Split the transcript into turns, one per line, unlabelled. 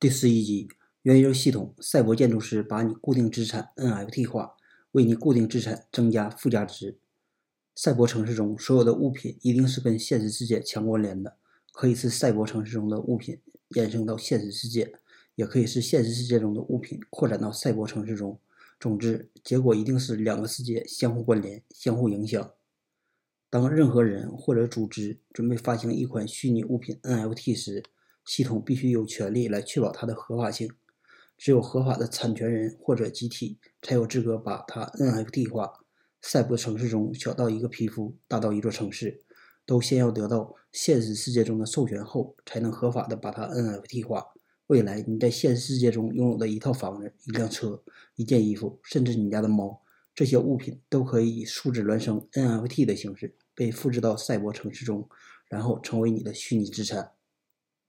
第11集，元宇宙系统，赛博建筑师把你固定资产 NFT 化，为你固定资产增加附加值。赛博城市中所有的物品一定是跟现实世界强关联的，可以是赛博城市中的物品延伸到现实世界，也可以是现实世界中的物品扩展到赛博城市中。总之，结果一定是两个世界相互关联、相互影响。当任何人或者组织准备发行一款虚拟物品 NFT 时，系统必须有权利来确保它的合法性。只有合法的产权人或者集体才有资格把它 NFT 化。赛博城市中小到一个皮肤，大到一座城市，都先要得到现实世界中的授权后，才能合法的把它 NFT 化。未来你在现实世界中拥有的一套房子、一辆车、一件衣服，甚至你家的猫，这些物品都可以以数字孪生 NFT 的形式被复制到赛博城市中，然后成为你的虚拟资产。